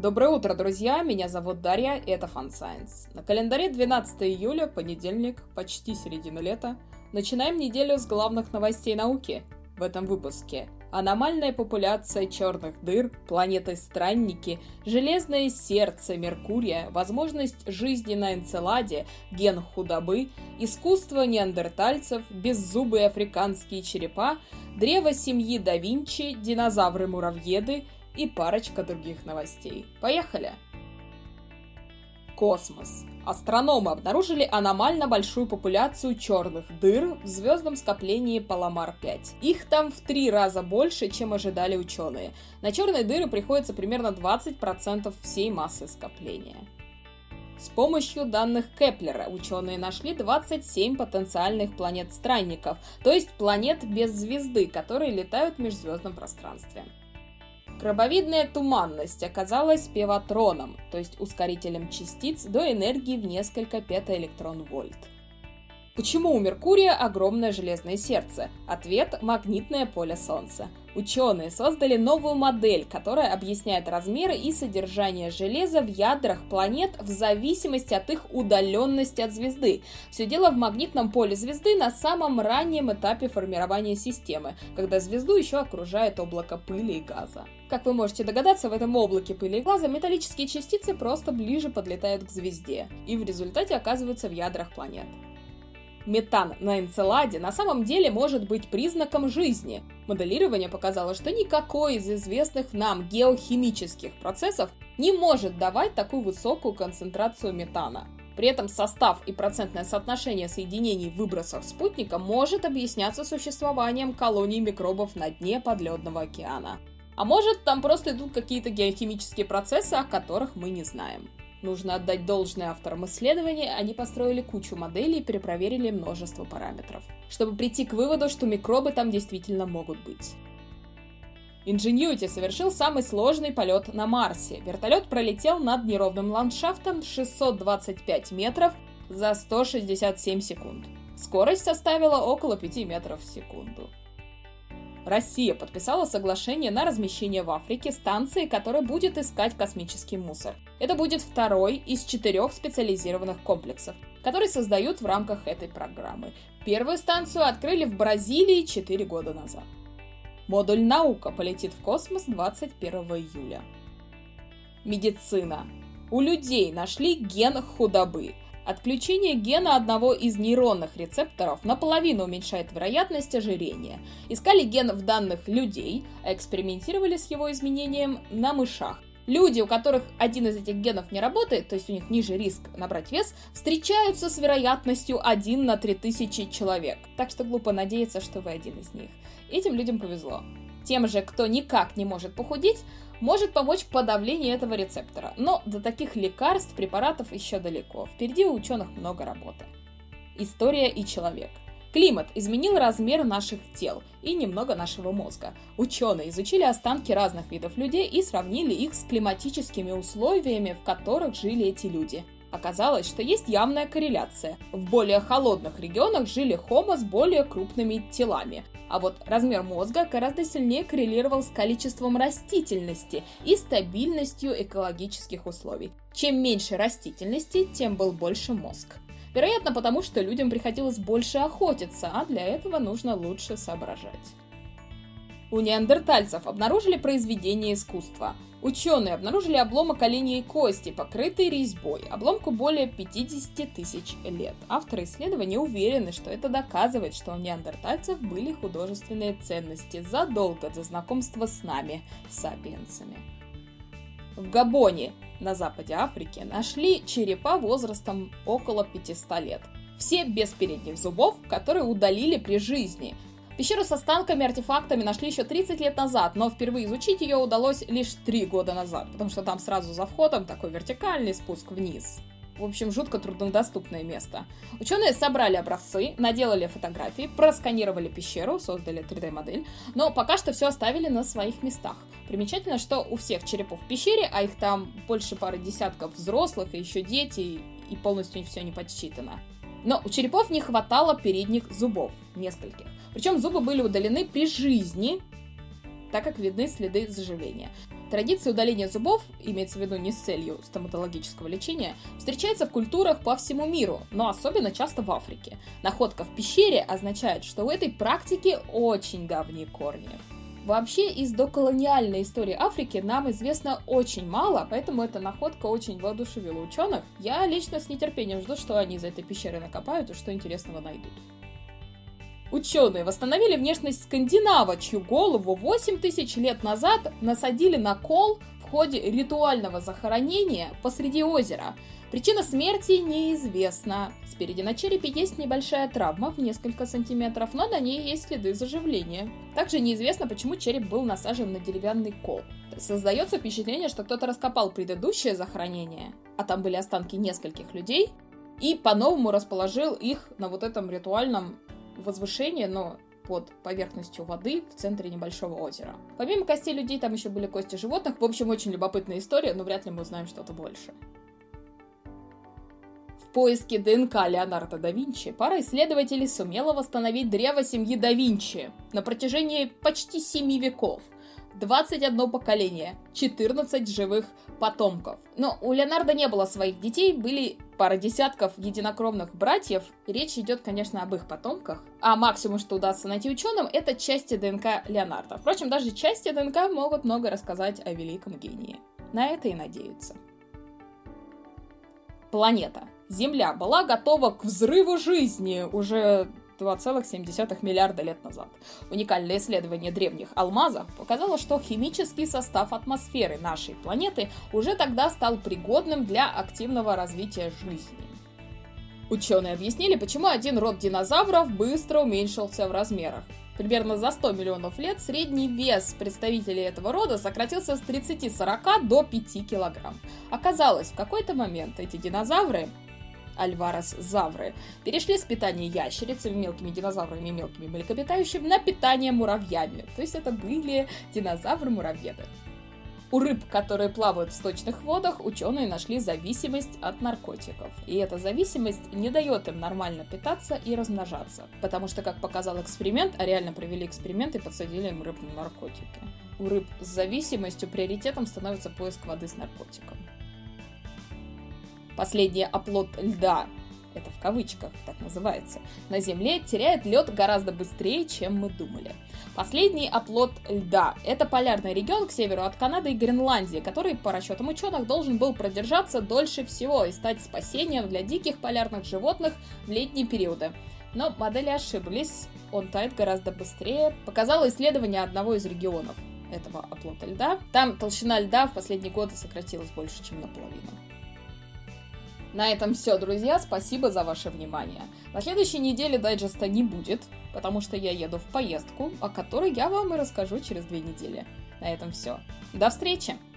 Доброе утро, друзья! Меня зовут Дарья, и это Fun Science. На календаре 12 июля, понедельник, почти середина лета. Начинаем неделю с главных новостей науки. В этом выпуске аномальная популяция черных дыр, планеты-странники, железное сердце Меркурия, возможность жизни на Энцеладе, ген худобы, искусство неандертальцев, беззубые африканские черепа, древо семьи да Винчи, динозавры-муравьеды и парочка других новостей. Поехали! Космос. Астрономы обнаружили аномально большую популяцию черных дыр в звездном скоплении Паламар-5. Их там в 3 раза больше, чем ожидали ученые. На черные дыры приходится примерно 20% всей массы скопления. С помощью данных Кеплера ученые нашли 27 потенциальных планет-странников, то есть планет без звезды, которые летают в межзвездном пространстве. Крабовидная туманность оказалась певатроном, то есть ускорителем частиц до энергии в несколько петаэлектрон-вольт. Почему у Меркурия огромное железное сердце? Ответ – магнитное поле Солнца. Ученые создали новую модель, которая объясняет размеры и содержание железа в ядрах планет в зависимости от их удаленности от звезды. Все дело в магнитном поле звезды на самом раннем этапе формирования системы, когда звезду еще окружает облако пыли и газа. Как вы можете догадаться, в этом облаке пыли и газа металлические частицы просто ближе подлетают к звезде и в результате оказываются в ядрах планет. Метан на Энцеладе на самом деле может быть признаком жизни. Моделирование показало, что никакой из известных нам геохимических процессов не может давать такую высокую концентрацию метана. При этом состав и процентное соотношение соединений в выбросах спутника может объясняться существованием колоний микробов на дне подледного океана. А может, там просто идут какие-то геохимические процессы, о которых мы не знаем. Нужно отдать должное авторам исследования, они построили кучу моделей и перепроверили множество параметров, чтобы прийти к выводу, что микробы там действительно могут быть. Ingenuity совершил самый сложный полет на Марсе. Вертолет пролетел над неровным ландшафтом 625 метров за 167 секунд. Скорость составила около 5 метров в секунду. Россия подписала соглашение на размещение в Африке станции, которая будет искать космический мусор. Это будет второй из 4 специализированных комплексов, которые создают в рамках этой программы. Первую станцию открыли в Бразилии 4 года назад. Модуль «Наука» полетит в космос 21 июля. Медицина. У людей нашли ген худобы. Отключение гена одного из нейронных рецепторов наполовину уменьшает вероятность ожирения. Искали ген в данных людей, а экспериментировали с его изменением на мышах. Люди, у которых один из этих генов не работает, то есть у них ниже риск набрать вес, встречаются с вероятностью 1 на 3000 человек. Так что глупо надеяться, что вы один из них. Этим людям повезло. Тем же, кто никак не может похудеть, может помочь подавление этого рецептора. Но до таких лекарств, препаратов еще далеко. Впереди у ученых много работы. История и человек. Климат изменил размер наших тел и немного нашего мозга. Ученые изучили останки разных видов людей и сравнили их с климатическими условиями, в которых жили эти люди. Оказалось, что есть явная корреляция. В более холодных регионах жили хомо с более крупными телами. А вот размер мозга гораздо сильнее коррелировал с количеством растительности и стабильностью экологических условий. Чем меньше растительности, тем был больше мозг. Вероятно, потому что людям приходилось больше охотиться, а для этого нужно лучше соображать. У неандертальцев обнаружили произведение искусства. Ученые обнаружили обломок оленьей кости, покрытый резьбой. Обломку более 50 тысяч лет. Авторы исследования уверены, что это доказывает, что у неандертальцев были художественные ценности задолго до знакомства с нами, сапиенсами. В Габоне, на западе Африки, нашли черепа возрастом около 500 лет. Все без передних зубов, которые удалили при жизни. Пещеру с останками, артефактами нашли еще 30 лет назад, но впервые изучить ее удалось лишь 3 года назад, потому что там сразу за входом такой вертикальный спуск вниз. В общем, жутко труднодоступное место. Ученые собрали образцы, наделали фотографии, просканировали пещеру, создали 3D-модель, но пока что все оставили на своих местах. Примечательно, что у всех черепов в пещере, а их там больше пары десятков взрослых и еще дети, и полностью все не подсчитано. Но у черепов не хватало передних зубов, нескольких. Причем зубы были удалены при жизни, так как видны следы заживления. Традиция удаления зубов, имеется в виду не с целью стоматологического лечения, встречается в культурах по всему миру, но особенно часто в Африке. Находка в пещере означает, что у этой практики очень давние корни. Вообще, из доколониальной истории Африки нам известно очень мало, поэтому эта находка очень воодушевила ученых. Я лично с нетерпением жду, что они из этой пещеры накопают и что интересного найдут. Ученые восстановили внешность скандинава, чью голову 8000 лет назад насадили на кол в ходе ритуального захоронения посреди озера. Причина смерти неизвестна. Спереди на черепе есть небольшая травма в несколько сантиметров, но на ней есть следы заживления. Также неизвестно, почему череп был насажен на деревянный кол. Создается впечатление, что кто-то раскопал предыдущее захоронение, а там были останки нескольких людей, и по-новому расположил их на вот этом ритуальном возвышении, но под поверхностью воды в центре небольшого озера. Помимо костей людей, там еще были кости животных. В общем, очень любопытная история, но вряд ли мы узнаем что-то больше. В поиске ДНК Леонардо да Винчи пара исследователей сумела восстановить древо семьи да Винчи на протяжении почти 7 веков. 21 поколение, 14 живых потомков. Но у Леонардо не было своих детей, были пара десятков единокровных братьев. Речь идет, конечно, об их потомках. А максимум, что удастся найти ученым, это части ДНК Леонардо. Впрочем, даже части ДНК могут много рассказать о великом гении. На это и надеются. Планета Земля была готова к взрыву жизни уже 2,7 миллиарда лет назад. Уникальное исследование древних алмазов показало, что химический состав атмосферы нашей планеты уже тогда стал пригодным для активного развития жизни. Ученые объяснили, почему один род динозавров быстро уменьшился в размерах. Примерно за 100 миллионов лет средний вес представителей этого рода сократился с 30-40 до 5 килограмм. Оказалось, в какой-то момент эти динозавры, альваросзавры, перешли с питания ящерицами, мелкими динозаврами и мелкими млекопитающими на питание муравьями. То есть это были динозавры-муравьеды. У рыб, которые плавают в сточных водах, ученые нашли зависимость от наркотиков. И эта зависимость не дает им нормально питаться и размножаться. Потому что, как показал эксперимент, а реально провели эксперимент и подсадили им рыб на наркотики. У рыб с зависимостью приоритетом становится поиск воды с наркотиком. Последний оплот льда, это в кавычках так называется, на Земле теряет лед гораздо быстрее, чем мы думали. Последний оплот льда – это полярный регион к северу от Канады и Гренландии, который, по расчетам ученых, должен был продержаться дольше всего и стать спасением для диких полярных животных в летние периоды. Но модели ошиблись, он тает гораздо быстрее, показало исследование одного из регионов этого оплота льда. Там толщина льда в последние годы сократилась больше, чем наполовину. На этом все, друзья, спасибо за ваше внимание. На следующей неделе дайджеста не будет, потому что я еду в поездку, о которой я вам и расскажу через 2 недели. На этом все. До встречи!